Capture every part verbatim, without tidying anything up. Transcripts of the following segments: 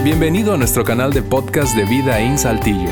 Bienvenido a nuestro canal de podcast de Vida en Saltillo.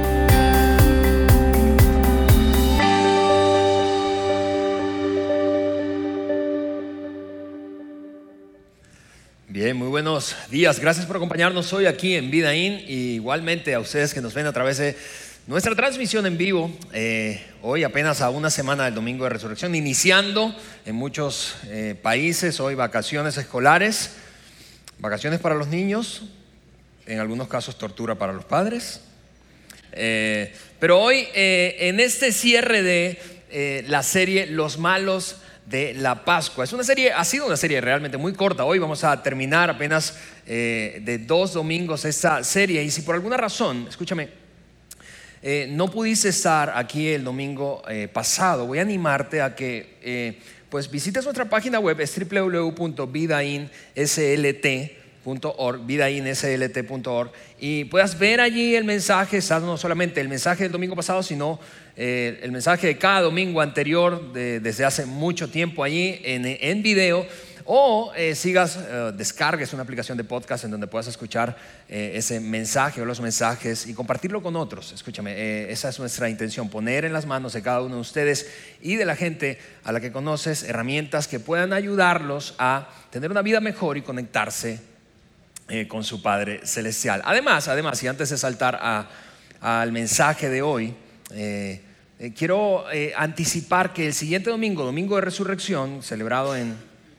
Bien, muy buenos días. Gracias por acompañarnos hoy aquí en Vida In, y igualmente a ustedes que nos ven a través de nuestra transmisión en vivo. Eh, hoy apenas a una semana del Domingo de Resurrección, iniciando en muchos eh, países hoy vacaciones escolares, vacaciones para los niños, en algunos casos tortura para los padres. Eh, pero hoy eh, en este cierre de eh, la serie Los Malos de la Pascua. Es una serie, ha sido una serie realmente muy corta. Hoy vamos a terminar apenas eh, de dos domingos esta serie. Y si por alguna razón, escúchame, eh, no pudiste estar aquí el domingo eh, pasado, voy a animarte a que eh, pues visites nuestra página web, es doble u doble u doble u punto vida in s l t punto org, vida in s l t punto org, y puedas ver allí el mensaje, no solamente el mensaje del domingo pasado, sino eh, el mensaje de cada domingo anterior de, desde hace mucho tiempo allí en, en video, o eh, sigas, eh, descargues una aplicación de podcast en donde puedas escuchar eh, ese mensaje o los mensajes y compartirlo con otros. Escúchame, eh, esa es nuestra intención, poner en las manos de cada uno de ustedes y de la gente a la que conoces herramientas que puedan ayudarlos a tener una vida mejor y conectarse Eh, con su Padre Celestial. Además, además, y antes de saltar a, al mensaje de hoy, eh, eh, quiero eh, anticipar que el siguiente domingo, Domingo de Resurrección, celebrado en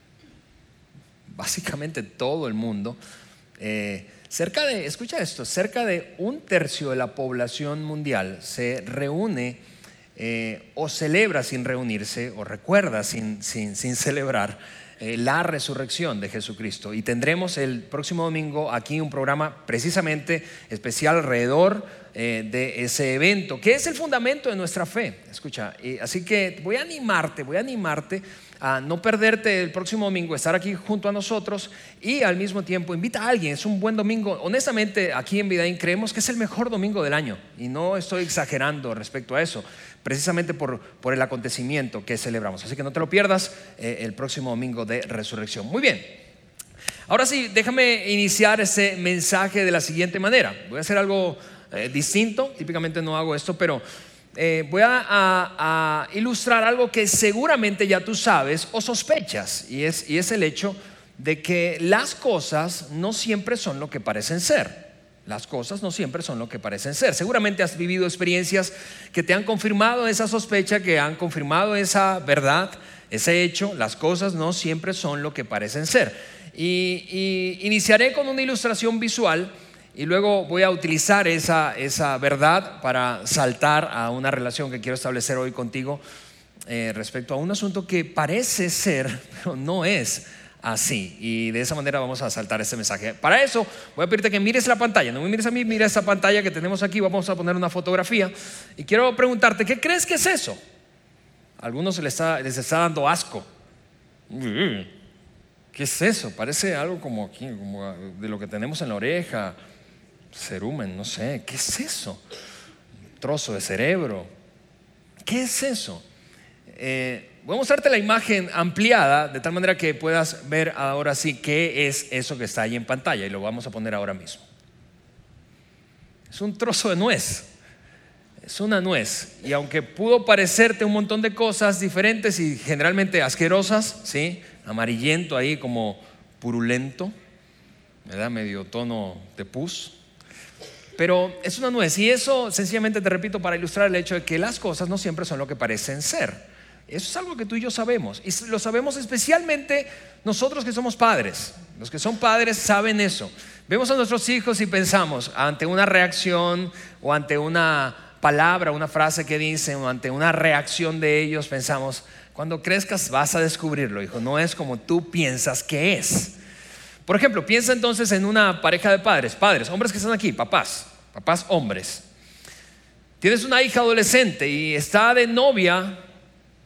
básicamente todo el mundo, eh, cerca de, escucha esto, cerca de un tercio de la población mundial se reúne eh, o celebra sin reunirse, o recuerda sin, sin, sin celebrar Eh, la resurrección de Jesucristo. Y tendremos el próximo domingo aquí un programa precisamente especial alrededor eh, de ese evento, que es el fundamento de nuestra fe. Escucha, y así que voy a animarte, voy a animarte a no perderte el próximo domingo, estar aquí junto a nosotros, y al mismo tiempo invita a alguien. Es un buen domingo. Honestamente, aquí en Vida In creemos que es el mejor domingo del año, y no estoy exagerando respecto a eso, precisamente por, por el acontecimiento que celebramos. Así que no te lo pierdas eh, el próximo domingo de Resurrección. Muy bien, ahora sí, déjame iniciar ese mensaje de la siguiente manera. Voy a hacer algo eh, distinto. Típicamente no hago esto, pero eh, voy a, a, a ilustrar algo que seguramente ya tú sabes o sospechas, y es, y es el hecho de que las cosas no siempre son lo que parecen ser. Las cosas no siempre son lo que parecen ser. Seguramente has vivido experiencias que te han confirmado esa sospecha, que han confirmado esa verdad, ese hecho. Las cosas no siempre son lo que parecen ser. Y, y iniciaré con una ilustración visual, y luego voy a utilizar esa, esa verdad para saltar a una relación que quiero establecer hoy contigo eh, respecto a un asunto que parece ser, pero no es así. Y de esa manera vamos a saltar este mensaje. Para eso voy a pedirte que mires la pantalla. No me mires a mí, mira esa pantalla que tenemos aquí. Vamos a poner una fotografía, y quiero preguntarte, ¿qué crees que es eso? A algunos les está, les está dando asco. ¿Qué es eso? Parece algo como, aquí, como de lo que tenemos en la oreja. Cerumen, no sé. ¿Qué es eso? Un trozo de cerebro. ¿Qué es eso? Eh, voy a mostrarte la imagen ampliada de tal manera que puedas ver ahora sí qué es eso que está ahí en pantalla, y lo vamos a poner ahora mismo. Es un trozo de nuez. Es una nuez, y aunque pudo parecerte un montón de cosas diferentes y generalmente asquerosas, ¿sí? Amarillento ahí, como purulento, ¿verdad? Medio tono de pus. Pero es una nuez, y eso sencillamente, te repito, para ilustrar el hecho de que las cosas no siempre son lo que parecen ser. Eso es algo que tú y yo sabemos, y lo sabemos especialmente nosotros que somos padres. Los que son padres saben eso. Vemos a nuestros hijos y pensamos, ante una reacción o ante una palabra, una frase que dicen, o ante una reacción de ellos, pensamos, cuando crezcas vas a descubrirlo, hijo, no es como tú piensas que es. Por ejemplo, piensa entonces en una pareja de padres, padres, hombres que están aquí, papás, papás hombres. Tienes una hija adolescente y está de novia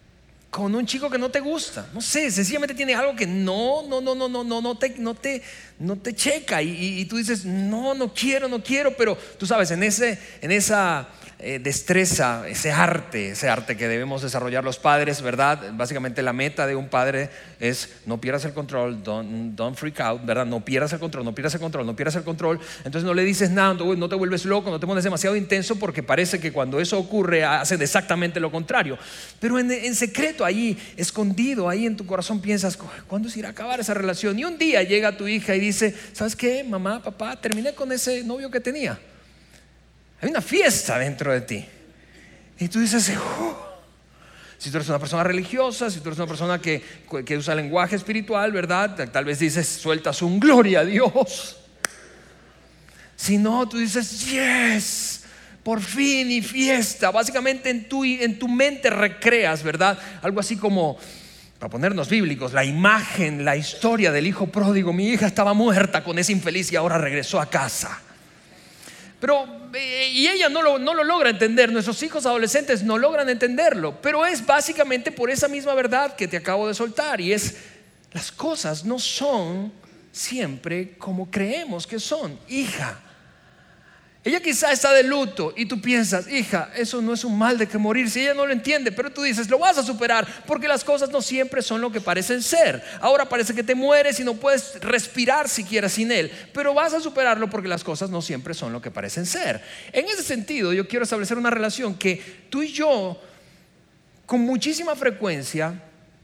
con un chico que no te gusta, no sé, sencillamente tiene algo que no, no, no, no, no, no, no te, no te, no te checa y, y, y tú dices, no, no quiero, no quiero, pero tú sabes, en ese, en esa eh, destreza, ese arte, ese arte que debemos desarrollar los padres, ¿verdad? Básicamente la meta de un padre es no pierdas el control, don't, don't freak out, ¿verdad? No pierdas el control, no pierdas el control, no pierdas el control. Entonces no le dices nada, no te vuelves loco, no te pones demasiado intenso, porque parece que cuando eso ocurre hacen exactamente lo contrario. Pero en, en secreto, ahí escondido, ahí en tu corazón piensas, ¿cuándo se irá a acabar esa relación? Y un día llega tu hija y dice, ¿sabes qué, mamá, papá? Terminé con ese novio que tenía. Hay una fiesta dentro de ti. Y tú dices, uh. Si tú eres una persona religiosa, si tú eres una persona que, que usa lenguaje espiritual, ¿verdad? Tal vez dices, sueltas un gloria a Dios. Si no, tú dices, yes, por fin y fiesta. Básicamente en tu, en tu mente recreas, ¿verdad? Algo así como, para ponernos bíblicos, la imagen, la historia del hijo pródigo. Mi hija estaba muerta con ese infeliz y ahora regresó a casa. Pero, y ella no lo, no lo logra entender. Nuestros hijos adolescentes no logran entenderlo. Pero es básicamente por esa misma verdad que te acabo de soltar. Y es, las cosas no son siempre como creemos que son. Hija, ella quizá está de luto y tú piensas, hija, eso no es un mal de que morirse. Ella no lo entiende, pero tú dices, lo vas a superar, porque las cosas no siempre son lo que parecen ser. Ahora parece que te mueres y no puedes respirar siquiera sin él, pero vas a superarlo porque las cosas no siempre son lo que parecen ser. En ese sentido, yo quiero establecer una relación que tú y yo con muchísima frecuencia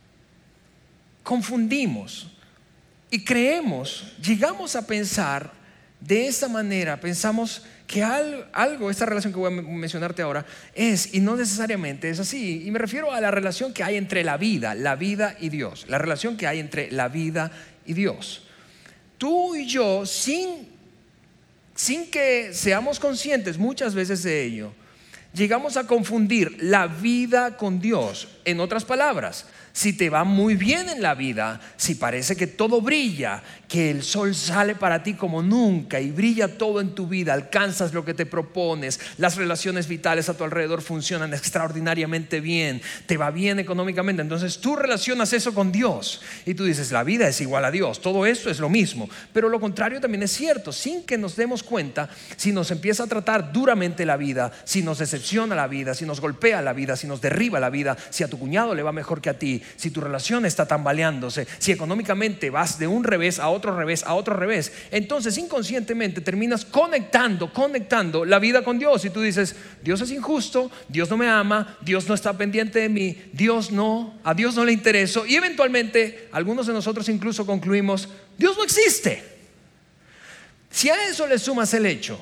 confundimos y creemos, llegamos a pensar de esta manera, pensamos que algo, esta relación que voy a mencionarte ahora es, y no necesariamente es así. Y me refiero a la relación que hay entre la vida, la vida y Dios. La relación que hay entre la vida y Dios. Tú y yo, sin, sin que seamos conscientes muchas veces de ello, llegamos a confundir la vida con Dios. En otras palabras, si te va muy bien en la vida, si parece que todo brilla, que el sol sale para ti como nunca y brilla todo en tu vida, alcanzas lo que te propones, las relaciones vitales a tu alrededor funcionan extraordinariamente bien, te va bien económicamente, entonces tú relacionas eso con Dios y tú dices, la vida es igual a Dios, todo esto es lo mismo. Pero lo contrario también es cierto. Sin que nos demos cuenta, si nos empieza a tratar duramente la vida, si nos decepciona la vida, si nos golpea la vida, si nos derriba la vida, si a tu cuñado le va mejor que a ti, si tu relación está tambaleándose, si económicamente vas de un revés a otro revés a otro revés, entonces inconscientemente terminas conectando, conectando la vida con Dios. Y tú dices, Dios es injusto, Dios no me ama, Dios no está pendiente de mí, Dios no, a Dios no le intereso. Y eventualmente algunos de nosotros incluso concluimos, Dios no existe. Si a eso le sumas el hecho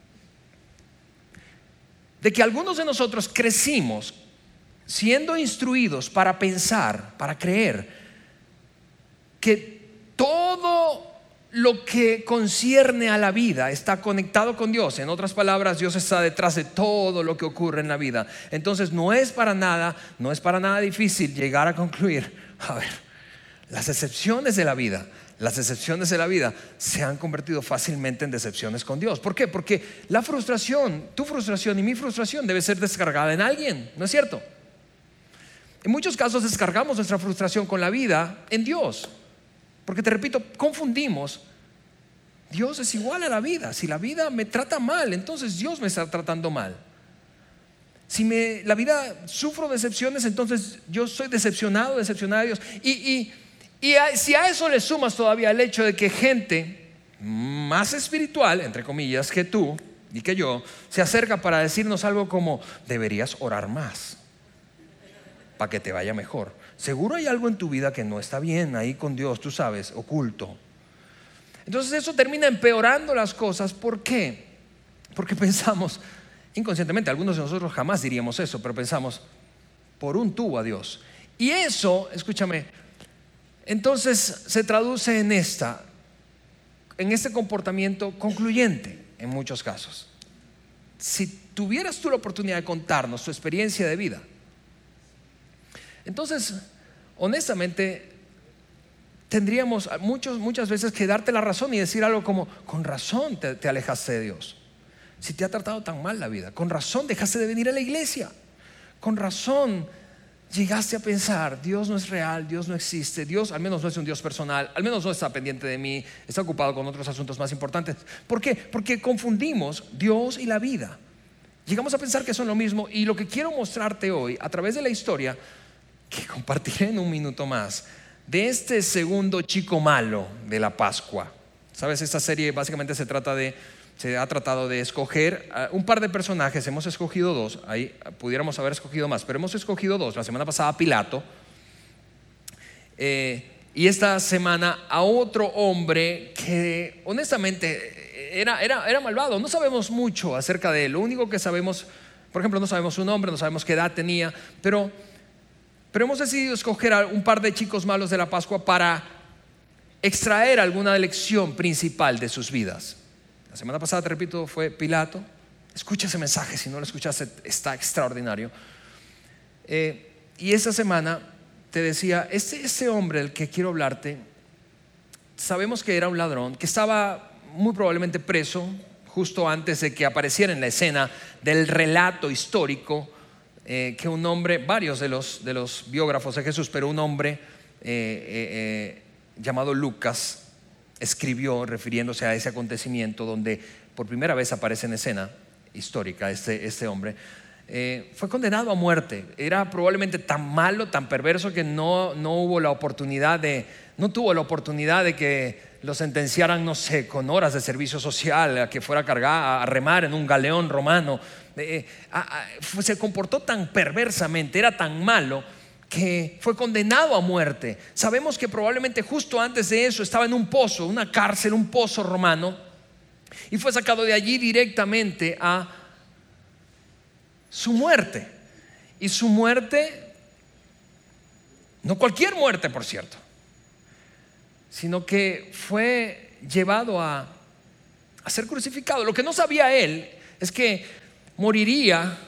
de que algunos de nosotros crecimos siendo instruidos para pensar, para creer que todo lo que concierne a la vida está conectado con Dios. En otras palabras, Dios está detrás de todo lo que ocurre en la vida. Entonces no es para nada, no es para nada difícil llegar a concluir, a ver, las excepciones de la vida, las excepciones de la vida se han convertido fácilmente en decepciones con Dios. ¿Por qué? Porque la frustración, tu frustración y mi frustración debe ser descargada en alguien, ¿no es cierto? En muchos casos descargamos nuestra frustración con la vida en Dios, porque te repito, confundimos. Dios es igual a la vida. Si la vida me trata mal, entonces Dios me está tratando mal. Si me, la vida sufro decepciones, entonces yo soy decepcionado, decepcionado de Dios. Y, y, y a, si a eso le sumas todavía el hecho de que gente más espiritual, entre comillas, que tú y que yo, se acerca para decirnos algo como, deberías orar más para que te vaya mejor. Seguro hay algo en tu vida que no está bien ahí con Dios, tú sabes, oculto. Entonces eso termina empeorando las cosas. ¿Por qué? Porque pensamos, inconscientemente, algunos de nosotros jamás diríamos eso, pero pensamos, por un tubo a Dios. Y eso, escúchame, entonces se traduce en esta, en este comportamiento concluyente en muchos casos. Si tuvieras tú la oportunidad de contarnos tu experiencia de vida, entonces, honestamente, tendríamos muchos, muchas veces que darte la razón y decir algo como, con razón te, te alejaste de Dios. Si te ha tratado tan mal la vida, con razón dejaste de venir a la iglesia, con razón llegaste a pensar, Dios no es real, Dios no existe, Dios al menos no es un Dios personal, al menos no está pendiente de mí, está ocupado con otros asuntos más importantes? ¿Por qué? Porque confundimos Dios y la vida. Llegamos a pensar que son lo mismo, y lo que quiero mostrarte hoy a través de la historia, que compartiré en un minuto más, de este segundo chico malo de la Pascua. Sabes, esta serie básicamente se trata de Se ha tratado de escoger uh, un par de personajes. Hemos escogido dos. Ahí pudiéramos haber escogido más, pero hemos escogido dos. La semana pasada Pilato, eh, y esta semana a otro hombre que honestamente era, era, era malvado. No sabemos mucho acerca de él. Lo único que sabemos, por ejemplo, no sabemos su nombre, no sabemos qué edad tenía, pero, pero hemos decidido escoger a un par de chicos malos de la Pascua para extraer alguna lección principal de sus vidas. La semana pasada, te repito, fue Pilato. Escucha ese mensaje, si no lo escuchaste, está extraordinario. Eh, y esta semana te decía, este, este hombre del que quiero hablarte, sabemos que era un ladrón, que estaba muy probablemente preso justo antes de que apareciera en la escena del relato histórico, eh, que un hombre, varios de los, de los biógrafos de Jesús, pero un hombre eh, eh, eh, llamado Lucas escribió refiriéndose a ese acontecimiento donde por primera vez aparece en escena histórica este, este hombre. Eh, fue condenado a muerte. Era probablemente tan malo, tan perverso, que no, no hubo la oportunidad de, no tuvo la oportunidad de que lo sentenciaran, no sé, con horas de servicio social, a que fuera a cargar, a remar en un galeón romano. Eh, a, a, se comportó tan perversamente, era tan malo, que fue condenado a muerte. Sabemos que probablemente justo antes de eso estaba en un pozo, una cárcel, un pozo romano, y fue sacado de allí directamente a su muerte. Y su muerte, no cualquier muerte, por cierto, sino que fue llevado a, a ser crucificado. Lo que no sabía él es que moriría.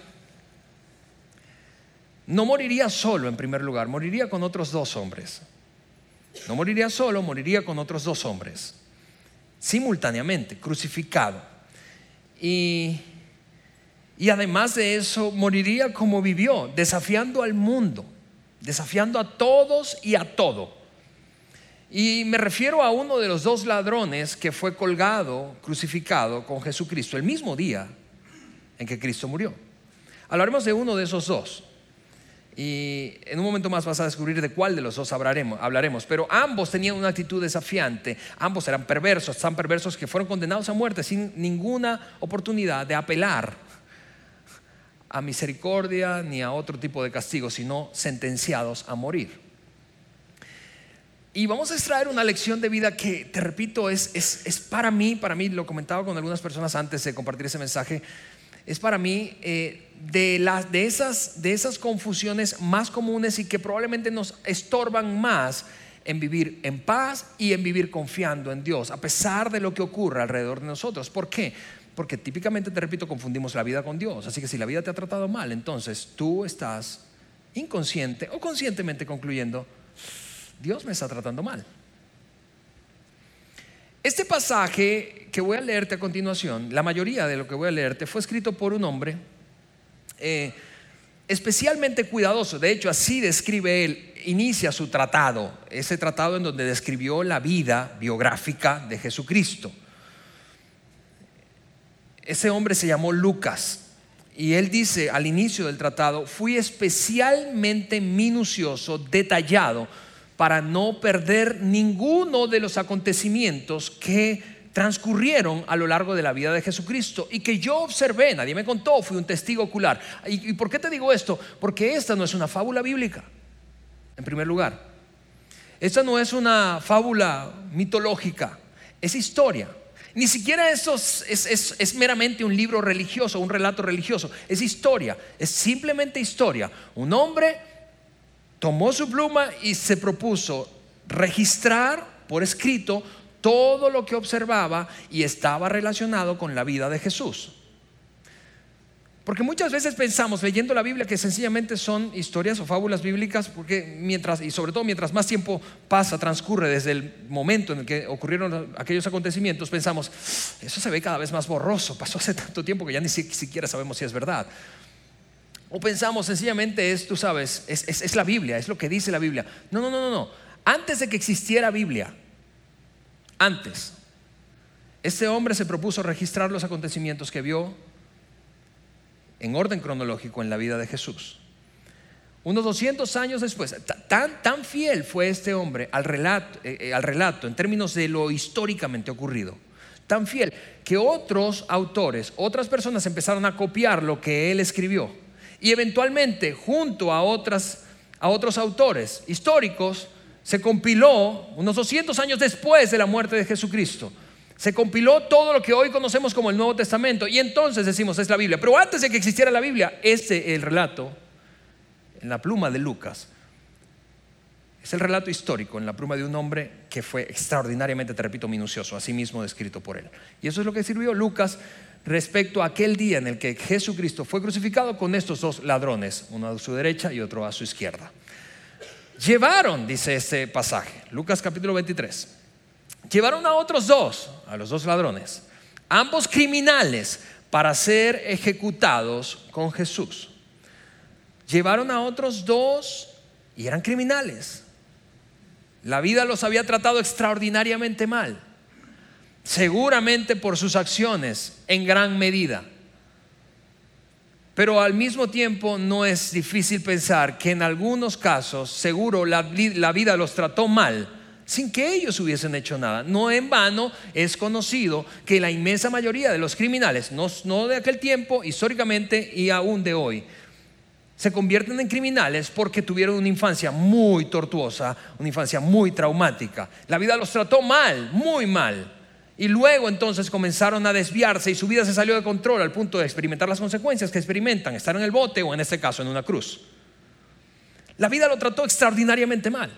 No moriría solo, en primer lugar, moriría con otros dos hombres. No moriría solo, moriría con otros dos hombres, simultáneamente, crucificado. Y, y además de eso, moriría como vivió, desafiando al mundo, desafiando a todos y a todo. Y me refiero a uno de los dos ladrones que fue colgado, crucificado con Jesucristo el mismo día en que Cristo murió. Hablaremos de uno de esos dos. Y en un momento más vas a descubrir de cuál de los dos hablaremos, hablaremos. Pero ambos tenían una actitud desafiante. Ambos eran perversos, tan perversos que fueron condenados a muerte sin ninguna oportunidad de apelar a misericordia ni a otro tipo de castigo, sino sentenciados a morir. Y vamos a extraer una lección de vida que, te repito, es, es, es para mí, para mí, lo comentaba con algunas personas antes de compartir ese mensaje, es para mí eh, de, las, de, esas, de esas confusiones más comunes y que probablemente nos estorban más en vivir en paz y en vivir confiando en Dios, a pesar de lo que ocurra alrededor de nosotros. ¿Por qué? Porque típicamente, te repito, confundimos la vida con Dios. Así que si la vida te ha tratado mal, entonces tú estás inconsciente o conscientemente concluyendo, Dios me está tratando mal. Este pasaje que voy a leerte a continuación, la mayoría de lo que voy a leerte, fue escrito por un hombre eh, especialmente cuidadoso. De hecho, así describe él, inicia su tratado, ese tratado en donde describió la vida biográfica de Jesucristo. Ese hombre se llamó Lucas, y él dice al inicio del tratado: fui especialmente minucioso, detallado, para no perder ninguno de los acontecimientos que transcurrieron a lo largo de la vida de Jesucristo y que yo observé, nadie me contó, fui un testigo ocular. ¿Y, y por qué te digo esto? Porque esta no es una fábula bíblica, en primer lugar. Esta no es una fábula mitológica, es historia. Ni siquiera eso es, es, es, es meramente un libro religioso, un relato religioso. Es historia, es simplemente historia. Un hombre tomó su pluma y se propuso registrar por escrito todo lo que observaba y estaba relacionado con la vida de Jesús. Porque muchas veces pensamos, leyendo la Biblia, que sencillamente son historias o fábulas bíblicas, porque mientras, y sobre todo mientras más tiempo pasa, transcurre desde el momento en el que ocurrieron aquellos acontecimientos, pensamos, eso se ve cada vez más borroso, pasó hace tanto tiempo que ya ni siquiera sabemos si es verdad. O pensamos sencillamente es, tú sabes, es, es, es la Biblia, es lo que dice la Biblia. No, no, no, no, no. Antes de que existiera Biblia, antes, este hombre se propuso registrar los acontecimientos que vio en orden cronológico en la vida de Jesús. Unos doscientos años después, tan, tan fiel fue este hombre al relato, eh, al relato en términos de lo históricamente ocurrido. Tan fiel que otros autores, otras personas empezaron a copiar lo que él escribió. Y eventualmente, junto a, otras, a otros autores históricos, se compiló, unos doscientos años después de la muerte de Jesucristo, se compiló todo lo que hoy conocemos como el Nuevo Testamento. Y entonces decimos, es la Biblia. Pero antes de que existiera la Biblia, este, el relato, en la pluma de Lucas, es el relato histórico en la pluma de un hombre que fue extraordinariamente, te repito, minucioso, así mismo descrito por él. Y eso es lo que sirvió Lucas respecto a aquel día en el que Jesucristo fue crucificado con estos dos ladrones, uno a su derecha y otro a su izquierda. Llevaron, dice este pasaje, Lucas capítulo veintitrés, llevaron a otros dos, a los dos ladrones, ambos criminales, para ser ejecutados con Jesús. Llevaron a otros dos y eran criminales. La vida los había tratado extraordinariamente mal, seguramente por sus acciones en gran medida. Pero al mismo tiempo no es difícil pensar que en algunos casos seguro la, la vida los trató mal sin que ellos hubiesen hecho nada. No en vano es conocido que la inmensa mayoría de los criminales, no, no de aquel tiempo, históricamente y aún de hoy, se convierten en criminales porque tuvieron una infancia muy tortuosa, una infancia muy traumática. La vida los trató mal, muy mal. Y luego entonces comenzaron a desviarse y su vida se salió de control al punto de experimentar las consecuencias que experimentan, estar en el bote o en este caso en una cruz. La vida lo trató extraordinariamente mal.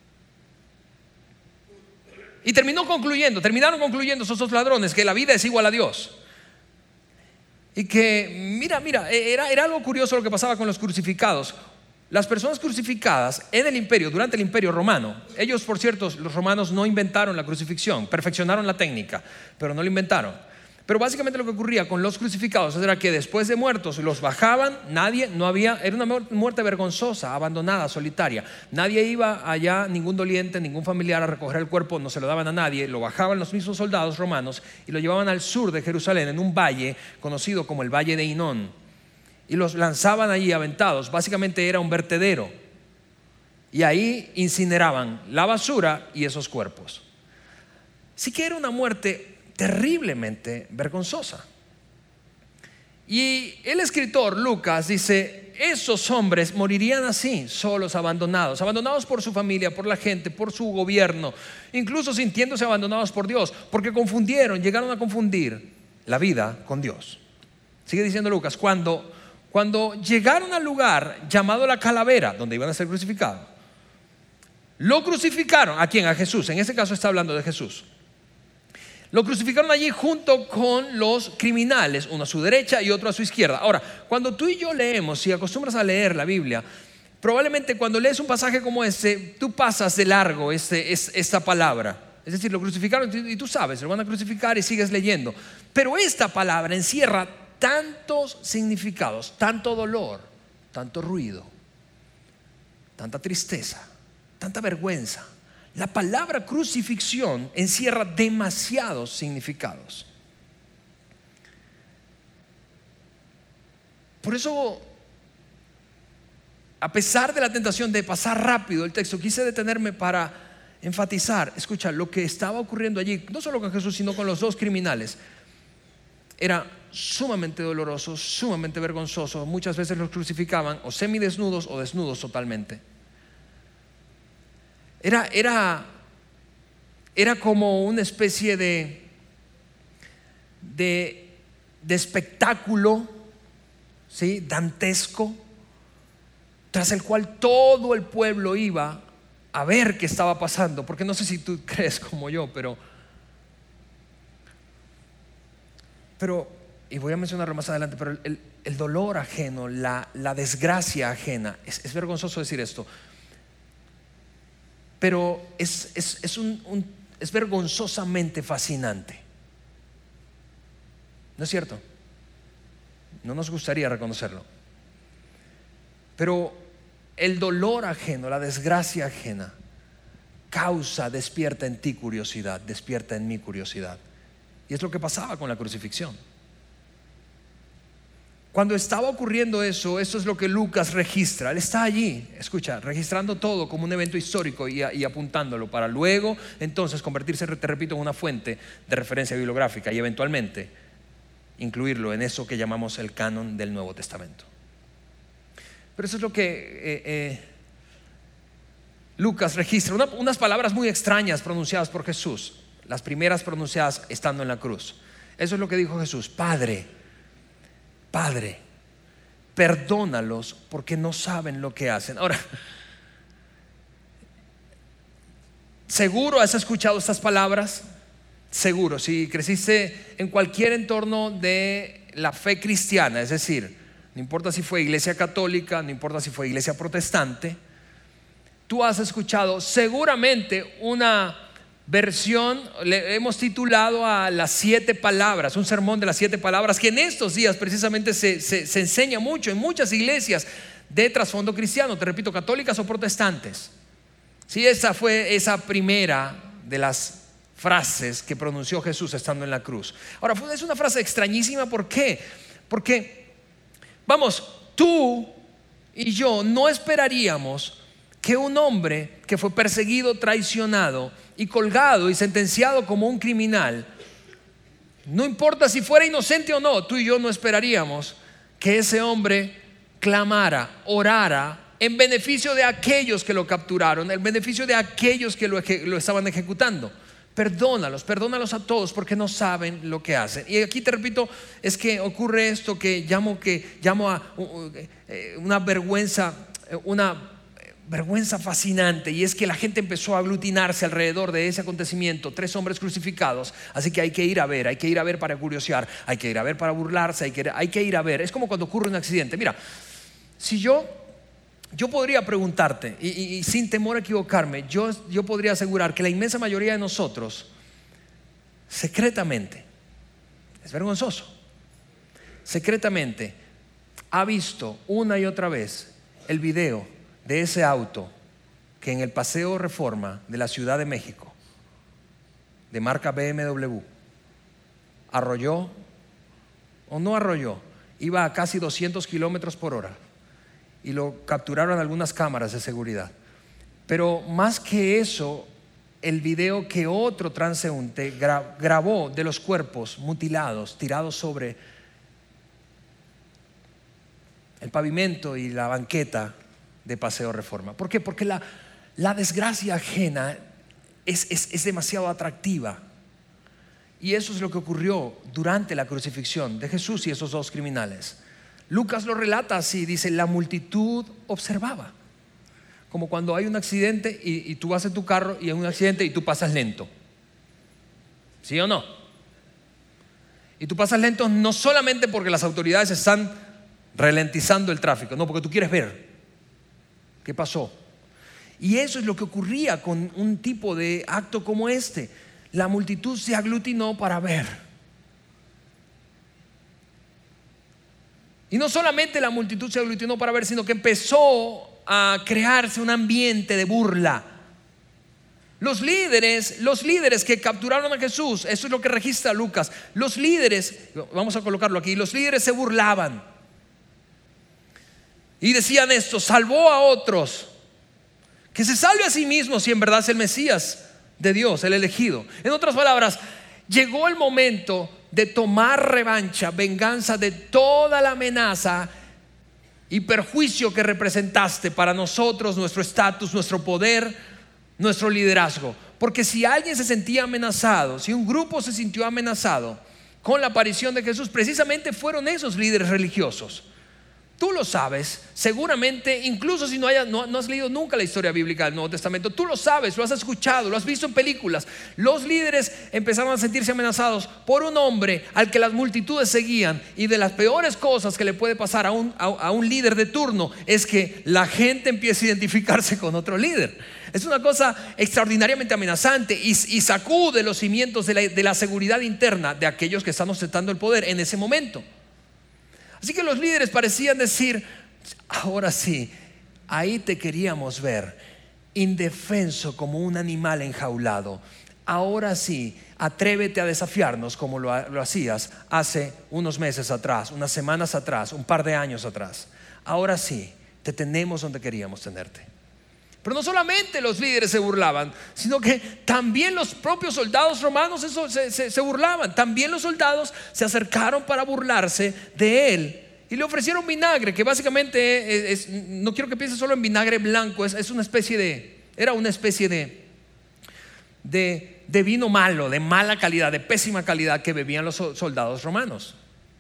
Y terminó concluyendo, terminaron concluyendo esos dos ladrones que la vida es igual a Dios. Y que, mira, mira, era, era algo curioso lo que pasaba con los crucificados. Las personas crucificadas en el imperio, durante el imperio romano, ellos, por cierto, los romanos no inventaron la crucifixión, perfeccionaron la técnica, pero no la inventaron. Pero básicamente lo que ocurría con los crucificados era que después de muertos los bajaban, nadie, no había, era una muerte vergonzosa, abandonada, solitaria. Nadie iba allá, ningún doliente, ningún familiar a recoger el cuerpo, no se lo daban a nadie, lo bajaban los mismos soldados romanos y lo llevaban al sur de Jerusalén, en un valle conocido como el Valle de Hinón, y los lanzaban allí aventados. Básicamente era un vertedero y ahí incineraban la basura y esos cuerpos. Sí que era una muerte terriblemente vergonzosa. Y el escritor Lucas dice: esos hombres morirían así, solos, abandonados, abandonados por su familia, por la gente, por su gobierno, incluso sintiéndose abandonados por Dios, porque confundieron, llegaron a confundir la vida con Dios. Sigue diciendo Lucas: cuando, cuando llegaron al lugar llamado la Calavera, donde iban a ser crucificados, lo crucificaron. ¿A quién? A Jesús. En ese caso está hablando de Jesús. Lo crucificaron allí junto con los criminales, uno a su derecha y otro a su izquierda. Ahora, cuando tú y yo leemos, si acostumbras a leer la Biblia, probablemente cuando lees un pasaje como este, tú pasas de largo este, es, esta palabra. Es decir, lo crucificaron y tú sabes, lo van a crucificar y sigues leyendo. Pero esta palabra encierra tantos significados, tanto dolor, tanto ruido, tanta tristeza, tanta vergüenza. La palabra crucifixión encierra demasiados significados. Por eso, a pesar de la tentación de pasar rápido el texto, quise detenerme para enfatizar, escucha, lo que estaba ocurriendo allí, no solo con Jesús, sino con los dos criminales, era sumamente doloroso, sumamente vergonzoso. Muchas veces los crucificaban o semidesnudos o desnudos totalmente. Era, era, era como una especie de, de, de espectáculo, ¿sí? Dantesco, tras el cual todo el pueblo iba a ver qué estaba pasando. Porque no sé si tú crees como yo, pero, pero y voy a mencionarlo más adelante, pero el, el dolor ajeno, la, la desgracia ajena, es, es vergonzoso decir esto, pero es, es, es, un, un, es vergonzosamente fascinante. ¿No es cierto? No nos gustaría reconocerlo. Pero el dolor ajeno, la desgracia ajena, causa, despierta en ti curiosidad, despierta en mí curiosidad. Y es lo que pasaba con la crucifixión. Cuando estaba ocurriendo eso, eso es lo que Lucas registra. Él está allí, escucha, registrando todo como un evento histórico y, y apuntándolo para luego entonces convertirse, te repito, en una fuente de referencia bibliográfica y eventualmente incluirlo en eso que llamamos el canon del Nuevo Testamento. Pero eso es lo que eh, eh, Lucas registra, una, unas palabras muy extrañas pronunciadas por Jesús, las primeras pronunciadas estando en la cruz. Eso es lo que dijo Jesús: Padre, Padre, perdónalos porque no saben lo que hacen. Ahora, seguro has escuchado estas palabras, seguro, si creciste en cualquier entorno de la fe cristiana, es decir, no importa si fue iglesia católica, no importa si fue iglesia protestante, tú has escuchado seguramente una versión, le hemos titulado a las siete palabras, un sermón de las siete palabras, que en estos días precisamente se, se, se enseña mucho en muchas iglesias de trasfondo cristiano, te repito, católicas o protestantes. Sí, esa fue esa primera de las frases que pronunció Jesús estando en la cruz. Ahora, es una frase extrañísima. ¿Por qué? Porque, vamos, tú y yo no esperaríamos que un hombre que fue perseguido, traicionado y colgado y sentenciado como un criminal, no importa si fuera inocente o no, tú y yo no esperaríamos que ese hombre clamara, orara en beneficio de aquellos que lo capturaron, en beneficio de aquellos que lo, lo estaban ejecutando. Perdónalos, perdónalos a todos porque no saben lo que hacen. Y aquí te repito, es que ocurre esto que llamo, que llamo a una vergüenza, una vergüenza fascinante, y es que la gente empezó a aglutinarse alrededor de ese acontecimiento, tres hombres crucificados. Así que hay que ir a ver, hay que ir a ver para curiosear, hay que ir a ver para burlarse, hay que, hay que ir a ver. Es como cuando ocurre un accidente. Mira, si yo Yo podría preguntarte, y, y, y sin temor a equivocarme, yo, yo podría asegurar que la inmensa mayoría de nosotros, secretamente, es vergonzoso, secretamente ha visto una y otra vez el video de ese auto que en el Paseo Reforma de la Ciudad de México, de marca B M W, arrolló o no arrolló, iba a casi doscientos kilómetros por hora. Y lo capturaron algunas cámaras de seguridad. Pero más que eso, el video que otro transeúnte gra- grabó de los cuerpos mutilados, tirados sobre el pavimento y la banqueta de Paseo Reforma. ¿Por qué? Porque la, la desgracia ajena es, es, es demasiado atractiva. Y eso es lo que ocurrió durante la crucifixión de Jesús y esos dos criminales. Lucas lo relata así, dice: la multitud observaba. Como cuando hay un accidente y, y tú vas en tu carro y hay un accidente y tú pasas lento. ¿Sí o no? Y tú pasas lento no solamente porque las autoridades están ralentizando el tráfico, no, porque tú quieres ver qué pasó. Y eso es lo que ocurría con un tipo de acto como este. La multitud se aglutinó para ver. Y no solamente la multitud se aglutinó para ver, sino que empezó a crearse un ambiente de burla. Los líderes, los líderes que capturaron a Jesús, eso es lo que registra Lucas. Los líderes, vamos a colocarlo aquí, los líderes se burlaban. Y decían esto: salvó a otros, que se salve a sí mismo si en verdad es el Mesías de Dios, el elegido. En otras palabras, llegó el momento de tomar revancha, venganza de toda la amenaza y perjuicio que representaste para nosotros, nuestro estatus, nuestro poder, nuestro liderazgo. Porque si alguien se sentía amenazado, si un grupo se sintió amenazado con la aparición de Jesús, precisamente fueron esos líderes religiosos. Tú lo sabes, seguramente, incluso si no, hayas, no, no has leído nunca la historia bíblica del Nuevo Testamento, tú lo sabes, lo has escuchado, lo has visto en películas. Los líderes empezaron a sentirse amenazados por un hombre al que las multitudes seguían, y de las peores cosas que le puede pasar a un, a, a un líder de turno es que la gente empiece a identificarse con otro líder. Es una cosa extraordinariamente amenazante y, y sacude los cimientos de la, de la seguridad interna de aquellos que están ostentando el poder en ese momento. Así que los líderes parecían decir: ahora sí, ahí te queríamos ver, indefenso como un animal enjaulado. Ahora sí, atrévete a desafiarnos como lo, lo hacías hace unos meses atrás, unas semanas atrás, un par de años atrás. Ahora sí, te tenemos donde queríamos tenerte. Pero no solamente los líderes se burlaban, sino que también los propios soldados romanos eso, se, se, se burlaban. También los soldados se acercaron para burlarse de él y le ofrecieron vinagre, que básicamente es, es, no quiero que pienses solo en vinagre blanco, es, es una especie de, era una especie de, de, de vino malo, de mala calidad, de pésima calidad que bebían los soldados romanos.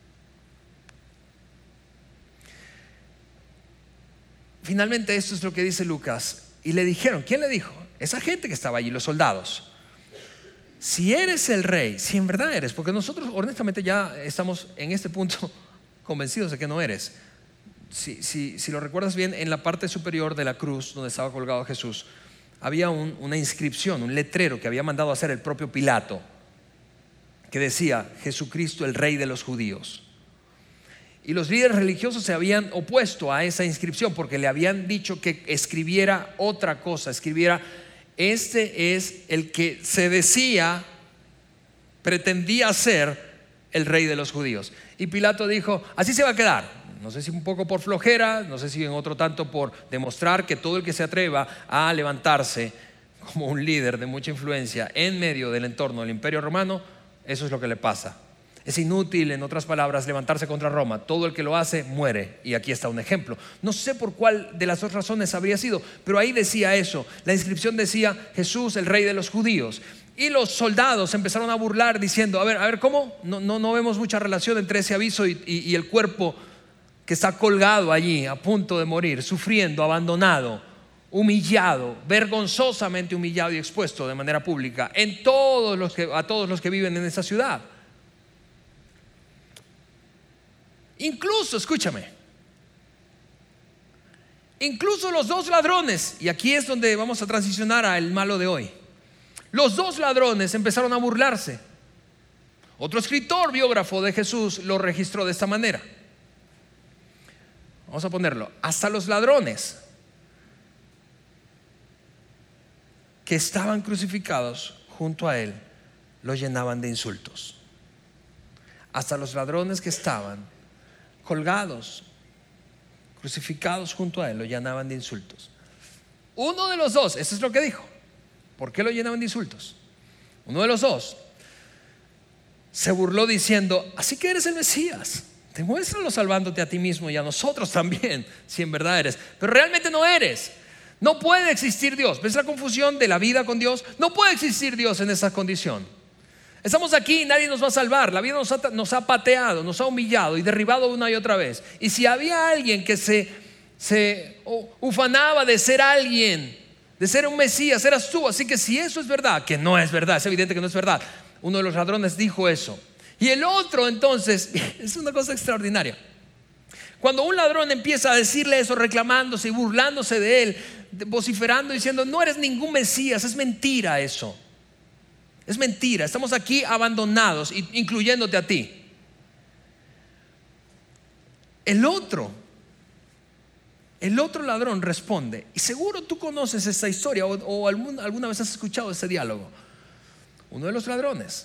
Finalmente esto es lo que dice Lucas. Y le dijeron, ¿quién le dijo? Esa gente que estaba allí, los soldados. Si eres el rey, si en verdad eres, porque nosotros honestamente ya estamos en este punto convencidos de que no eres. Si, si, si lo recuerdas bien, en la parte superior de la cruz donde estaba colgado Jesús, había un, una inscripción, un letrero que había mandado a hacer el propio Pilato, que decía: Jesucristo, el rey de los judíos. Y los líderes religiosos se habían opuesto a esa inscripción porque le habían dicho que escribiera otra cosa, escribiera: este es el que se decía, pretendía ser el rey de los judíos. Y Pilato dijo: así se va a quedar. No sé si un poco por flojera, no sé si en otro tanto por demostrar que todo el que se atreva a levantarse como un líder de mucha influencia en medio del entorno del Imperio Romano, eso es lo que le pasa. Es inútil, en otras palabras, levantarse contra Roma. Todo el que lo hace muere. Y aquí está un ejemplo. No sé por cuál de las dos razones habría sido, pero ahí decía eso. La inscripción decía: Jesús, el rey de los judíos. Y los soldados empezaron a burlar diciendo: a ver, a ver, ¿cómo? No, no, no vemos mucha relación entre ese aviso y, y, y el cuerpo que está colgado allí a punto de morir, sufriendo, abandonado, humillado, vergonzosamente humillado y expuesto de manera pública en todos los que, a todos los que viven en esa ciudad. Incluso, escúchame, incluso los dos ladrones, y aquí es donde vamos a transicionar al malo de hoy. Los dos ladrones empezaron a burlarse. Otro escritor biógrafo de Jesús lo registró de esta manera. Vamos a ponerlo: hasta los ladrones que estaban crucificados junto a él lo llenaban de insultos. Hasta los ladrones que estaban colgados, crucificados junto a él, lo llenaban de insultos. Uno de los dos, eso es lo que dijo. ¿Por qué lo llenaban de insultos? Uno de los dos se burló diciendo: así que eres el Mesías, demuéstralo salvándote a ti mismo y a nosotros también, si en verdad eres. Pero realmente no eres. No puede existir Dios. ¿Ves la confusión de la vida con Dios? No puede existir Dios en esa condición. Estamos aquí y nadie nos va a salvar. La vida nos ha, nos ha pateado, nos ha humillado y derribado una y otra vez. Y si había alguien que se, se ufanaba de ser alguien, de ser un Mesías, eras tú. Así que si eso es verdad, que no es verdad, es evidente que no es verdad. Uno de los ladrones dijo eso. Y el otro entonces, es una cosa extraordinaria. Cuando un ladrón empieza a decirle eso, reclamándose y burlándose de él, vociferando, diciendo: no eres ningún Mesías, es mentira eso. Es mentira, estamos aquí abandonados, incluyéndote a ti. El otro, el otro ladrón responde, y seguro tú conoces esta historia o, o alguna, alguna vez has escuchado ese diálogo. Uno de los ladrones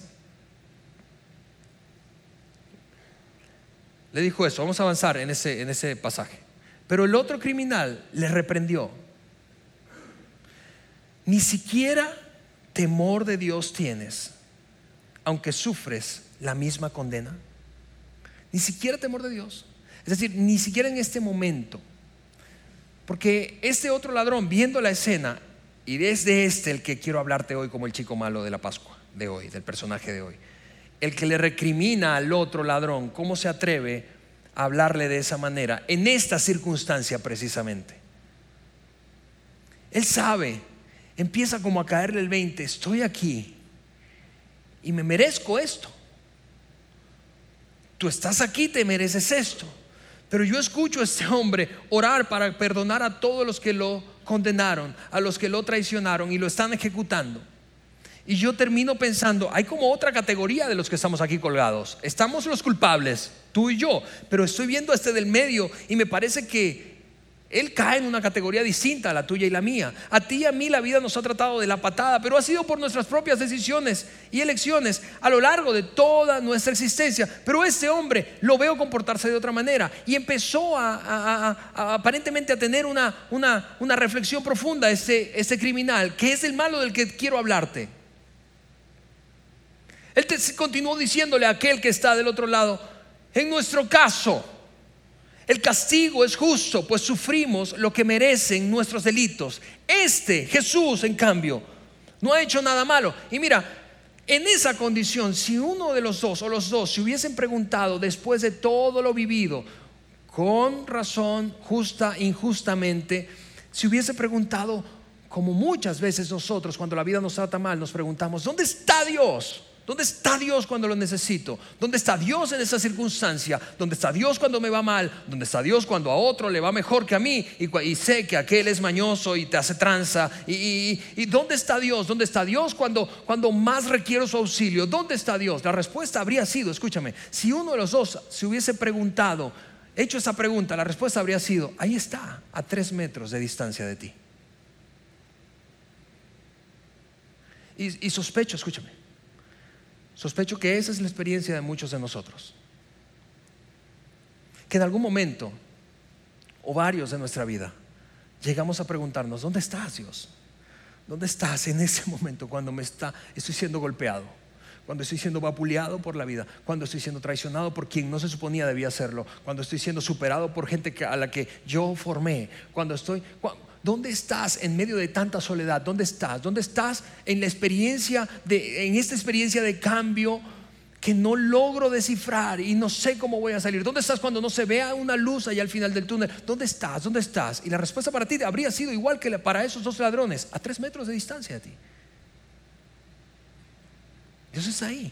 le dijo eso. Vamos a avanzar en ese, en ese pasaje. Pero el otro criminal le reprendió: ni siquiera temor de Dios tienes, aunque sufres la misma condena. Ni siquiera temor de Dios. Es decir, ni siquiera en este momento. Porque este otro ladrón, viendo la escena, y desde este el que quiero hablarte hoy como el chico malo de la Pascua de hoy, del personaje de hoy, el que le recrimina al otro ladrón, ¿cómo se atreve a hablarle de esa manera en esta circunstancia precisamente? Él sabe, empieza como a caerle el veinte: estoy aquí y me merezco esto. Tú estás aquí, te mereces esto. Pero yo escucho a este hombre orar para perdonar a todos los que lo condenaron, a los que lo traicionaron y lo están ejecutando. Y yo termino pensando: hay como otra categoría de los que estamos aquí colgados. Estamos los culpables, tú y yo, pero estoy viendo a este del medio y me parece que Él cae en una categoría distinta a la tuya y la mía. A ti y a mí la vida nos ha tratado de la patada, pero ha sido por nuestras propias decisiones y elecciones a lo largo de toda nuestra existencia. Pero este hombre lo veo comportarse de otra manera y empezó a, a, a, a aparentemente a tener una, una, una reflexión profunda. Este, este criminal, que es el malo del que quiero hablarte. Él te, continuó diciéndole a aquel que está del otro lado: en nuestro caso, el castigo es justo, pues sufrimos lo que merecen nuestros delitos. Este Jesús, en cambio, no ha hecho nada malo. Y mira, en esa condición, si uno de los dos o los dos se hubiesen preguntado después de todo lo vivido, con razón, justa, injustamente, se hubiese preguntado, como muchas veces nosotros cuando la vida nos trata mal nos preguntamos: ¿dónde está Dios? ¿Dónde está Dios cuando lo necesito? ¿Dónde está Dios en esa circunstancia? ¿Dónde está Dios cuando me va mal? ¿Dónde está Dios cuando a otro le va mejor que a mí? Y, y sé que aquel es mañoso y te hace tranza. ¿Y, y, y dónde está Dios? ¿Dónde está Dios cuando, cuando más requiero su auxilio? ¿Dónde está Dios? La respuesta habría sido, escúchame, si uno de los dos se hubiese preguntado, hecho esa pregunta, la respuesta habría sido: ahí está, a tres metros de distancia de ti. Y, y sospecho, escúchame, Sospecho que esa es la experiencia de muchos de nosotros, que en algún momento o varios de nuestra vida llegamos a preguntarnos: ¿dónde estás, Dios? ¿Dónde estás en ese momento cuando me está, estoy siendo golpeado, cuando estoy siendo vapuleado por la vida, cuando estoy siendo traicionado por quien no se suponía debía hacerlo, cuando estoy siendo superado por gente que, a la que yo formé, cuando estoy... Cuando, ¿dónde estás en medio de tanta soledad? ¿Dónde estás? ¿Dónde estás en la experiencia de, en esta experiencia de cambio que no logro descifrar y no sé cómo voy a salir? ¿Dónde estás cuando no se vea una luz allá al final del túnel? ¿Dónde estás? ¿Dónde estás? Y la respuesta para ti habría sido igual que para esos dos ladrones: a tres metros de distancia de ti. Dios está ahí.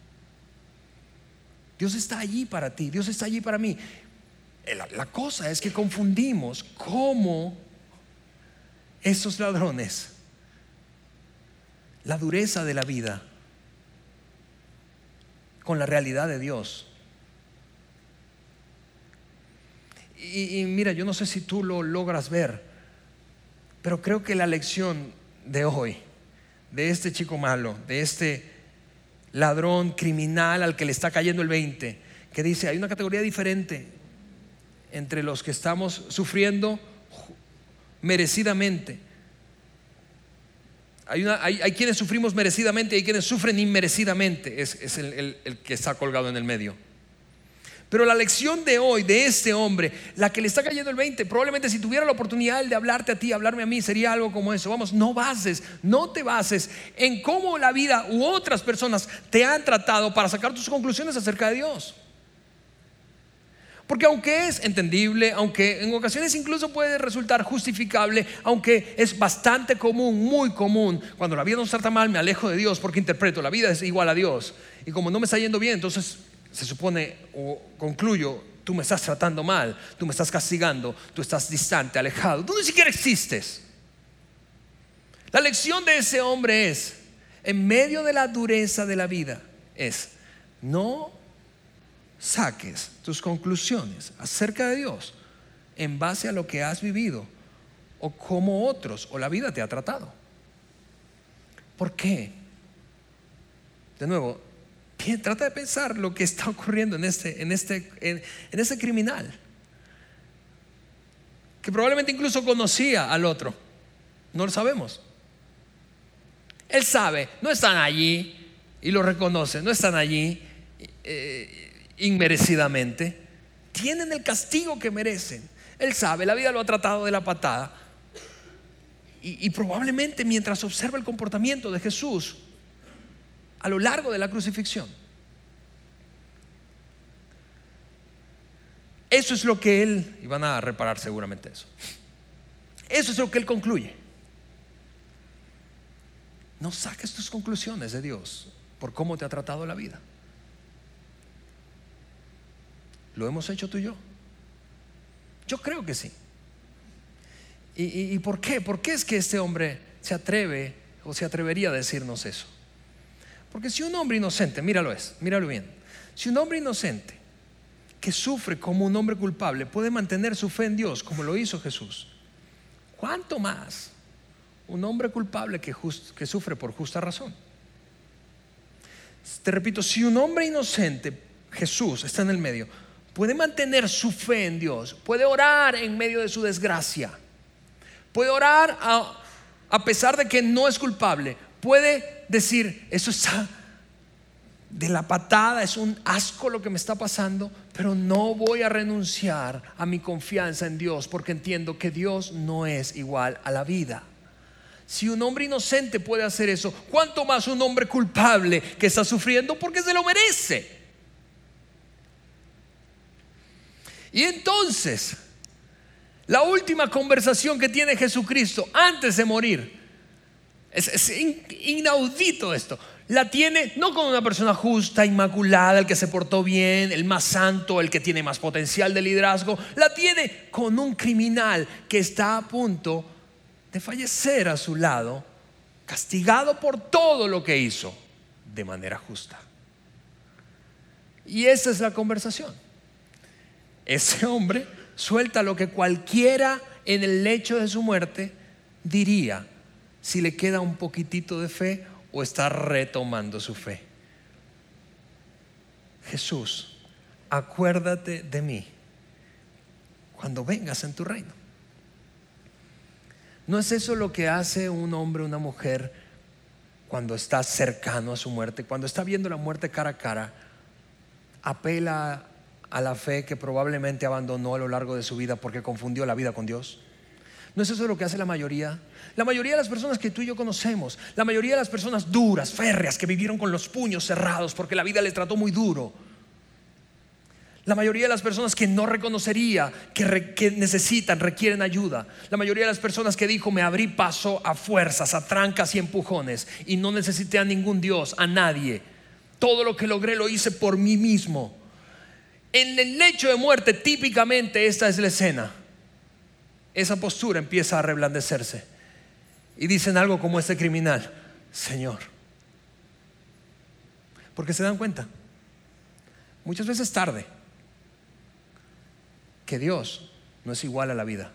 Dios está allí para ti. Dios está allí para mí. La, la cosa es que confundimos cómo esos ladrones, la dureza de la vida, con la realidad de Dios. Y, y mira, yo no sé si tú lo logras ver, pero creo que la lección de hoy, de este chico malo, de este ladrón criminal al que le está cayendo el veinte, que dice: hay una categoría diferente entre los que estamos sufriendo merecidamente. Hay, una, hay, hay quienes sufrimos merecidamente y hay quienes sufren inmerecidamente. Es, es el, el, el que está colgado en el medio. Pero la lección de hoy de este hombre, la que le está cayendo el veinte, probablemente si tuviera la oportunidad de hablarte a ti, hablarme a mí, sería algo como eso. Vamos, no bases, no te bases en cómo la vida u otras personas te han tratado para sacar tus conclusiones acerca de Dios. Porque aunque es entendible, aunque en ocasiones incluso puede resultar justificable, aunque es bastante común, muy común, cuando la vida nos trata mal me alejo de Dios porque interpreto la vida es igual a Dios, y como no me está yendo bien, entonces se supone o concluyo: tú me estás tratando mal, tú me estás castigando, tú estás distante, alejado, tú ni siquiera existes. La lección de ese hombre es, en medio de la dureza de la vida, es: no saques tus conclusiones acerca de Dios en base a lo que has vivido o cómo otros o la vida te ha tratado. ¿Por qué? De nuevo, trata de pensar lo que está ocurriendo en este, en este, en, en este criminal, que probablemente incluso conocía al otro. No lo sabemos. Él sabe, no están allí, y lo reconoce, no están allí eh, inmerecidamente, tienen el castigo que merecen. Él sabe, la vida lo ha tratado de la patada, y, y probablemente mientras observa el comportamiento de Jesús a lo largo de la crucifixión, eso es lo que él, y van a reparar seguramente eso, eso es lo que él concluye: no saques tus conclusiones de Dios por cómo te ha tratado la vida. ¿Lo hemos hecho tú y yo? Yo creo que sí. ¿Y, y, y por qué? ¿Por qué es que este hombre se atreve o se atrevería a decirnos eso? Porque si un hombre inocente, míralo es, míralo bien, si un hombre inocente que que sufre como un hombre culpable puede mantener su fe en Dios como lo hizo Jesús, ¿cuánto más un hombre culpable que, just, que sufre por justa razón? Te repito, si un hombre inocente, Jesús, está en el medio, puede mantener su fe en Dios, puede orar en medio de su desgracia, puede orar a, a pesar de que no es culpable, puede decir, eso está de la patada, es un asco lo que me está pasando, pero no voy a renunciar a mi confianza en Dios, porque entiendo que Dios no es igual a la vida. Si un hombre inocente puede hacer eso, ¿cuánto más un hombre culpable que está sufriendo porque se lo merece? Y entonces, la última conversación que tiene Jesucristo antes de morir, es, es inaudito esto. La tiene no con una persona justa, inmaculada, el que se portó bien, el más santo, el que tiene más potencial de liderazgo. La tiene con un criminal que está a punto de fallecer a su lado, castigado por todo lo que hizo de manera justa. Y esa es la conversación. Ese hombre suelta lo que cualquiera en el lecho de su muerte diría si le queda un poquitito de fe o está retomando su fe. Jesús, acuérdate de mí cuando vengas en tu reino. ¿No es eso lo que hace un hombre o una mujer cuando está cercano a su muerte? Cuando está viendo la muerte cara a cara, apela a la fe que probablemente abandonó a lo largo de su vida porque confundió la vida con Dios. ¿No es eso lo que hace la mayoría? La mayoría de las personas que tú y yo conocemos, la mayoría de las personas duras, férreas, que vivieron con los puños cerrados porque la vida les trató muy duro, la mayoría de las personas que no reconocería que, re, que necesitan, requieren ayuda, la mayoría de las personas que dijo, me abrí paso a fuerzas, a trancas y empujones y no necesité a ningún Dios, a nadie, todo lo que logré lo hice por mí mismo. En el lecho de muerte, típicamente esta es la escena. Esa postura empieza a reblandecerse y dicen algo como este criminal: Señor. Porque se dan cuenta, muchas veces tarde, que Dios no es igual a la vida.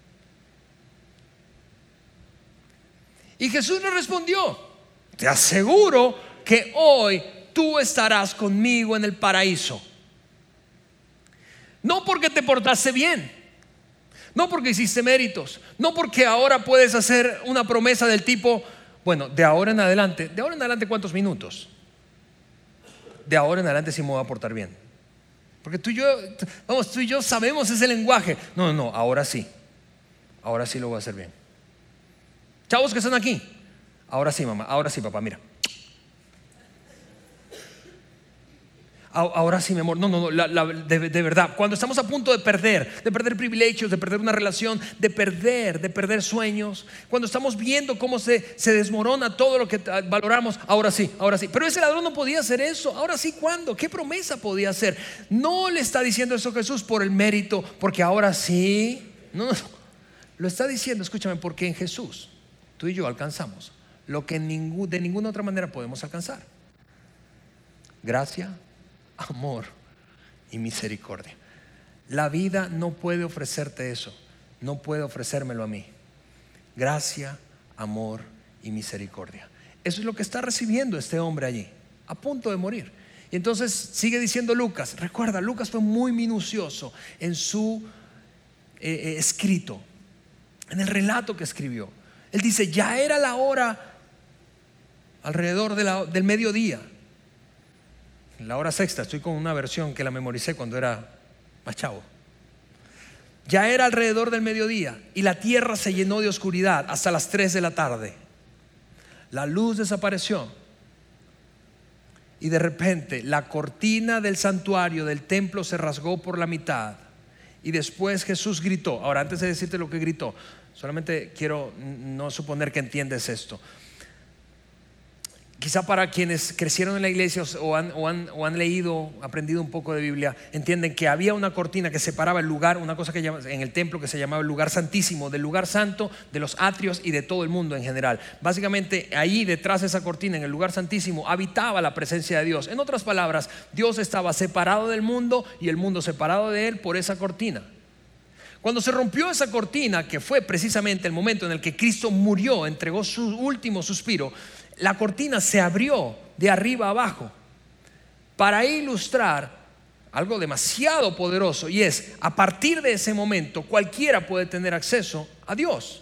Y Jesús le respondió: te aseguro que hoy tú estarás conmigo en el paraíso. No porque te portaste bien, no porque hiciste méritos, no porque ahora puedes hacer una promesa del tipo, bueno, de ahora en adelante, ¿de ahora en adelante cuántos minutos? De ahora en adelante sí me voy a portar bien. Porque tú y yo, vamos, tú y yo sabemos ese lenguaje. No, no, ahora sí, ahora sí lo voy a hacer bien. Chavos que están aquí, ahora sí mamá, ahora sí papá, mira. Ahora sí, mi amor, no, no, no la, la, de, de verdad, cuando estamos a punto de perder, de perder privilegios, de perder una relación, de perder, de perder sueños, cuando estamos viendo cómo se, se desmorona todo lo que valoramos, ahora sí, ahora sí. Pero ese ladrón no podía hacer eso, ahora sí, ¿cuándo? ¿Qué promesa podía hacer? No le está diciendo eso Jesús por el mérito, porque ahora sí, no, no, lo está diciendo, escúchame, porque en Jesús tú y yo alcanzamos lo que ningún, de ninguna otra manera podemos alcanzar: gracia, amor y misericordia. La vida no puede ofrecerte eso, no puede ofrecérmelo a mí. Gracia, amor y misericordia. Eso es lo que está recibiendo este hombre allí, a punto de morir. Y entonces sigue diciendo Lucas. Recuerda, Lucas fue muy minucioso en su eh, eh, escrito, en el relato que escribió. Él dice, ya era la hora alrededor de la, del mediodía, la hora sexta. Estoy con una versión que la memoricé cuando era más chavo. Ya era alrededor del mediodía y la tierra se llenó de oscuridad hasta las tres de la tarde. La luz desapareció y de repente la cortina del santuario del templo se rasgó por la mitad. Y después Jesús gritó. Ahora, antes de decirte lo que gritó, solamente quiero no suponer que entiendes esto. quizá para quienes crecieron en la iglesia o han, o, han, o han leído, aprendido un poco de Biblia, entienden que había una cortina que separaba el lugar, una cosa que llama, en el templo que se llamaba el lugar santísimo, del lugar santo, de los atrios y de todo el mundo en general. Básicamente ahí detrás de esa cortina, en el lugar santísimo, habitaba la presencia de Dios. En otras palabras, Dios estaba separado del mundo y el mundo separado de él por esa cortina. Cuando se rompió esa cortina, que fue precisamente el momento en el que Cristo murió, entregó su último suspiro, la cortina se abrió de arriba a abajo para ilustrar algo demasiado poderoso, y es: a partir de ese momento cualquiera puede tener acceso a Dios.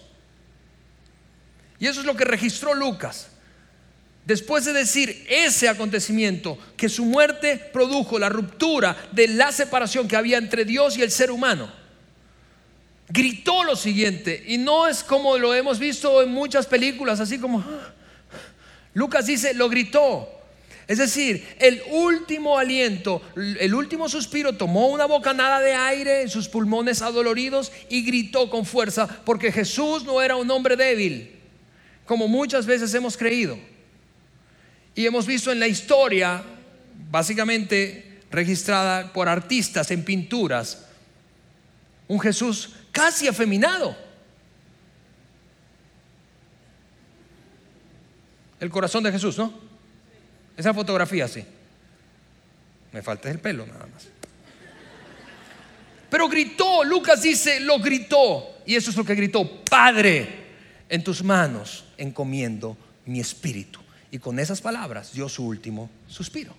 Y eso es lo que registró Lucas. Después de decir ese acontecimiento, que su muerte produjo la ruptura de la separación que había entre Dios y el ser humano, gritó lo siguiente, y no es como lo hemos visto en muchas películas, así como... Lucas dice, lo gritó. Es decir, el último aliento, el último suspiro, tomó una bocanada de aire en sus pulmones adoloridos y gritó con fuerza, porque Jesús no era un hombre débil, como muchas veces hemos creído. Y hemos visto en la historia, básicamente registrada por artistas en pinturas, un Jesús casi afeminado. El corazón de Jesús, ¿no? Esa fotografía, sí. Me falta el pelo nada más. Pero gritó, Lucas dice, lo gritó. Y eso es lo que gritó: Padre, en tus manos encomiendo mi espíritu. Y con esas palabras dio su último suspiro.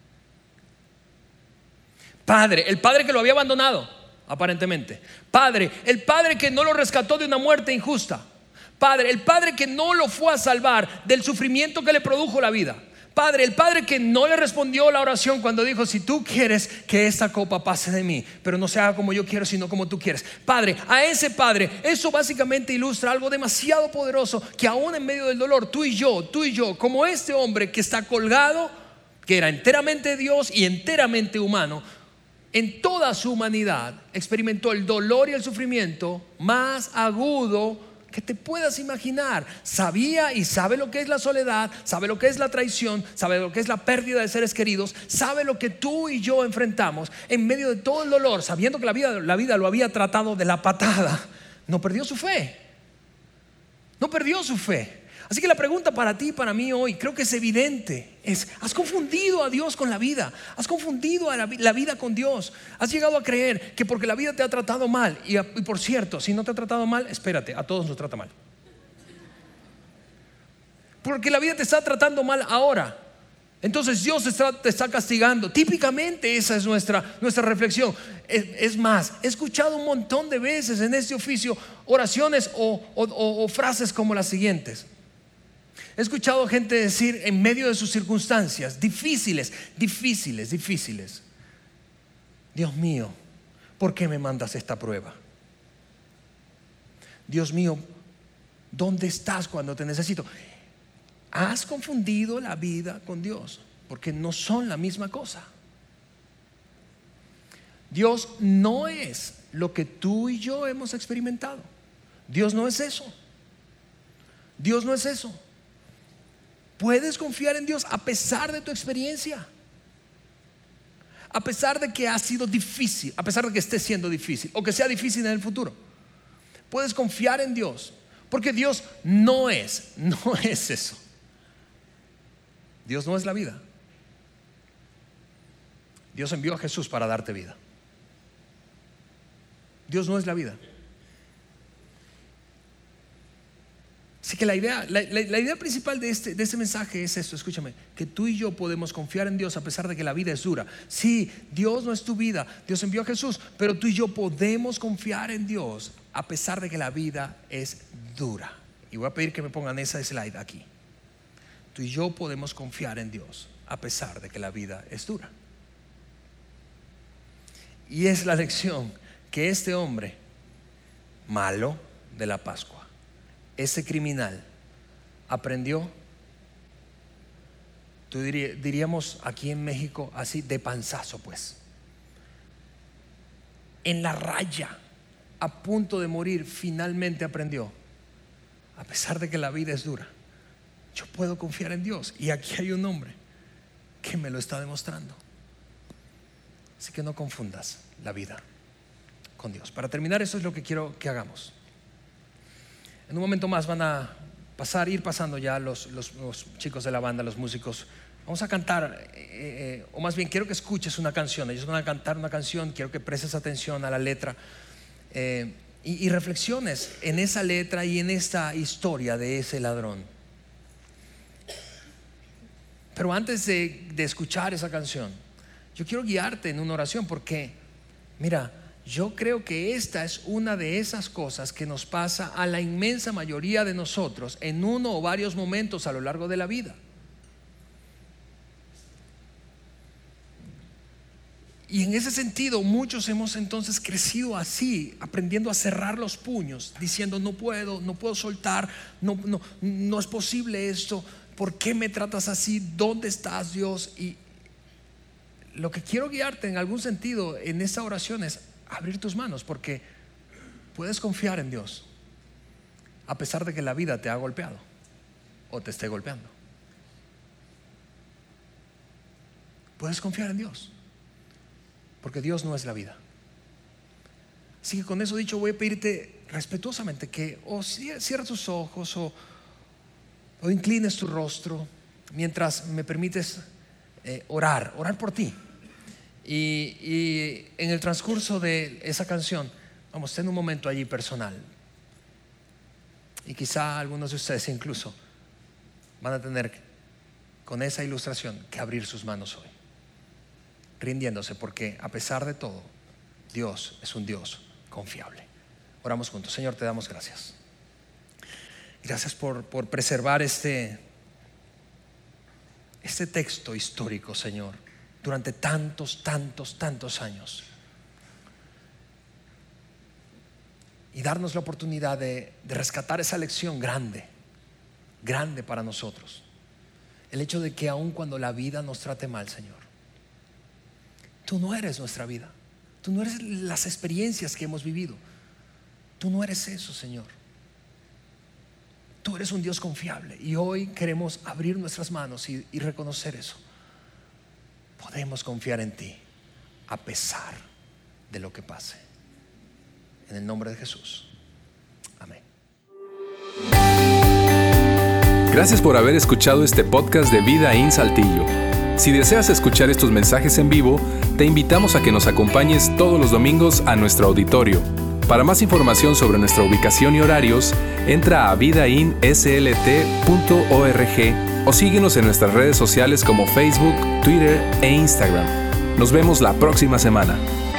Padre, el padre que lo había abandonado, aparentemente. Padre, el padre que no lo rescató de una muerte injusta. Padre, el padre que no lo fue a salvar del sufrimiento que le produjo la vida. Padre, el padre que no le respondió la oración cuando dijo: si tú quieres que esta copa pase de mí, pero no se haga como yo quiero, sino como tú quieres. Padre, a ese padre, eso básicamente ilustra algo demasiado poderoso, que aún en medio del dolor, tú y yo, tú y yo, como este hombre que está colgado, que era enteramente Dios y enteramente humano, en toda su humanidad experimentó el dolor y el sufrimiento más agudo que te puedas imaginar. Sabía y sabe lo que es la soledad, sabe lo que es la traición, sabe lo que es la pérdida de seres queridos, sabe lo que tú y yo enfrentamos en medio de todo el dolor, sabiendo que la vida, la vida lo había tratado de la patada. No perdió su fe, no perdió su fe. Así que la pregunta para ti y para mí hoy, creo que es evidente, es: ¿has confundido a Dios con la vida? ¿Has confundido a la, la vida con Dios? ¿Has llegado a creer que porque la vida te ha tratado mal? Y, y por cierto, si no te ha tratado mal, espérate, a todos nos trata mal. Porque la vida te está tratando mal ahora, entonces Dios te está, te está castigando. Típicamente esa es nuestra, nuestra reflexión. Es, es más, he escuchado un montón de veces en este oficio oraciones o, o, o, o frases como las siguientes. He escuchado gente decir en medio de sus circunstancias difíciles, difíciles, difíciles: Dios mío, ¿por qué me mandas esta prueba? Dios mío, ¿dónde estás cuando te necesito? Has confundido la vida con Dios, porque no son la misma cosa. Dios no es lo que tú y yo hemos experimentado. Dios no es eso. Dios no es eso. Puedes confiar en Dios a pesar de tu experiencia, a pesar de que ha sido difícil, a pesar de que esté siendo difícil o que sea difícil en el futuro. Puedes confiar en Dios, porque Dios no es, no es eso. Dios no es la vida. Dios envió a Jesús para darte vida. Dios no es la vida. Así que la idea, la, la, la idea principal de este, de este mensaje es esto: escúchame, que tú y yo podemos confiar en Dios a pesar de que la vida es dura. Sí, Dios no es tu vida, Dios envió a Jesús, pero tú y yo podemos confiar en Dios a pesar de que la vida es dura. Y voy a pedir que me pongan esa slide aquí. Tú y yo podemos confiar en Dios a pesar de que la vida es dura. Y es la lección que este hombre malo de la Pascua, ese criminal, aprendió. Tú diría, diríamos aquí en México así, de panzazo, pues, en la raya, a punto de morir, finalmente aprendió: a pesar de que la vida es dura, yo puedo confiar en Dios. Y aquí hay un hombre que me lo está demostrando. Así que no confundas la vida con Dios. Para terminar, eso es lo que quiero que hagamos. En un momento más van a pasar, ir pasando ya los, los, los chicos de la banda, los músicos. Vamos a cantar, eh, eh, o más bien quiero que escuches una canción. Ellos van a cantar una canción, quiero que prestes atención a la letra eh, y, y reflexiones en esa letra y en esta historia de ese ladrón. Pero antes de, de escuchar esa canción, yo quiero guiarte en una oración, porque mira, yo creo que esta es una de esas cosas que nos pasa a la inmensa mayoría de nosotros en uno o varios momentos a lo largo de la vida. Y en ese sentido muchos hemos entonces crecido así, aprendiendo a cerrar los puños, diciendo no puedo, no puedo soltar, no, no, no es posible esto, ¿por qué me tratas así? ¿Dónde estás, Dios? Y lo que quiero guiarte en algún sentido en esta oración es abrir tus manos, porque puedes confiar en Dios a pesar de que la vida te ha golpeado o te esté golpeando. Puedes confiar en Dios, porque Dios no es la vida. Así que con eso dicho, voy a pedirte respetuosamente que o cierres tus ojos o, o inclines tu rostro mientras me permites eh, orar, orar por ti. Y, y en el transcurso de esa canción vamos a tener un momento allí personal. Y quizá algunos de ustedes incluso van a tener con esa ilustración que abrir sus manos hoy, rindiéndose, porque a pesar de todo Dios es un Dios confiable. Oramos juntos. Señor, te damos gracias. Gracias por, por preservar este, este texto histórico, Señor, durante tantos, tantos, tantos años, y darnos la oportunidad de, de rescatar esa lección grande, grande para nosotros. El hecho de que aun cuando la vida nos trate mal, Señor, tú no eres nuestra vida, tú no eres las experiencias que hemos vivido, tú no eres eso, Señor. Tú eres un Dios confiable, y hoy queremos abrir nuestras manos y, y reconocer eso. Podemos confiar en ti a pesar de lo que pase. En el nombre de Jesús. Amén. Gracias por haber escuchado este podcast de Vida en Saltillo. Si deseas escuchar estos mensajes en vivo, te invitamos a que nos acompañes todos los domingos a nuestro auditorio. Para más información sobre nuestra ubicación y horarios, entra a vidain s l t punto org o síguenos en nuestras redes sociales como Facebook, Twitter e Instagram. Nos vemos la próxima semana.